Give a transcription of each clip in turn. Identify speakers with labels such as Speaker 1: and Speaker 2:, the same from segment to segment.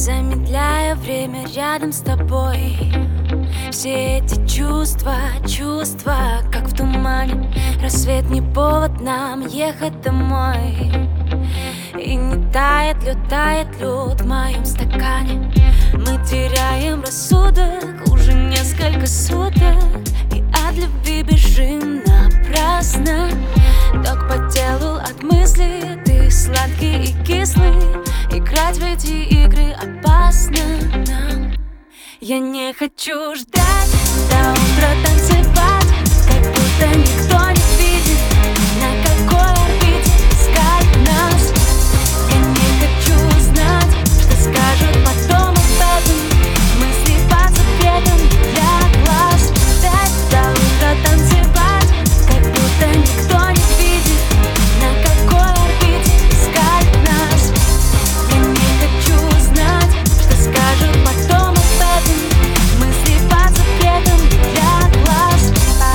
Speaker 1: Замедляя время рядом с тобой. Все эти чувства, как в тумане. Рассвет не повод нам ехать домой. И не тает лед в моем стакане. Мы теряем рассудок уже несколько суток, и от любви бежим напрасно. Ток по телу от мысли, ты сладкий и кислый. Играть в эти игры опасно нам. Я не хочу ждать до утра, танцевать, как будто никто не видит, на какой орбите искать нас. Я не хочу знать, что скажут потом об этом. Мысли под запретом для глаз. Ждать до утра, танцевать, как будто никто не видит, на какой орбите искать нас. Я не хочу знать, что скажут потом об этом. Мысли под запретом для глаз.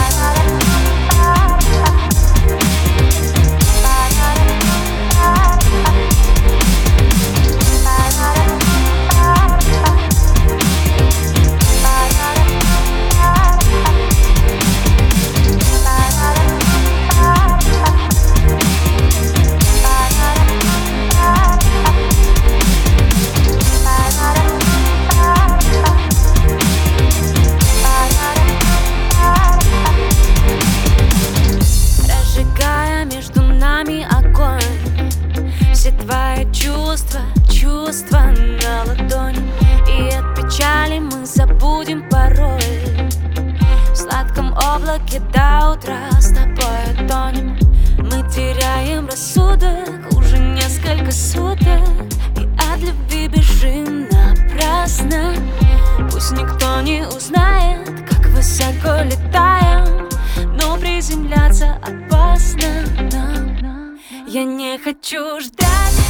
Speaker 1: Разжигая между нами огонь. Все твои чувства на ладони. И от печали мы забудем пароль. В сладком облаке до утра с тобой тонем. Мы теряем рассудок уже несколько суток, и от любви бежим напрасно. Пусть никто не узнает, как высоко летаем, но приземляться опасно нам. Я не хочу ждать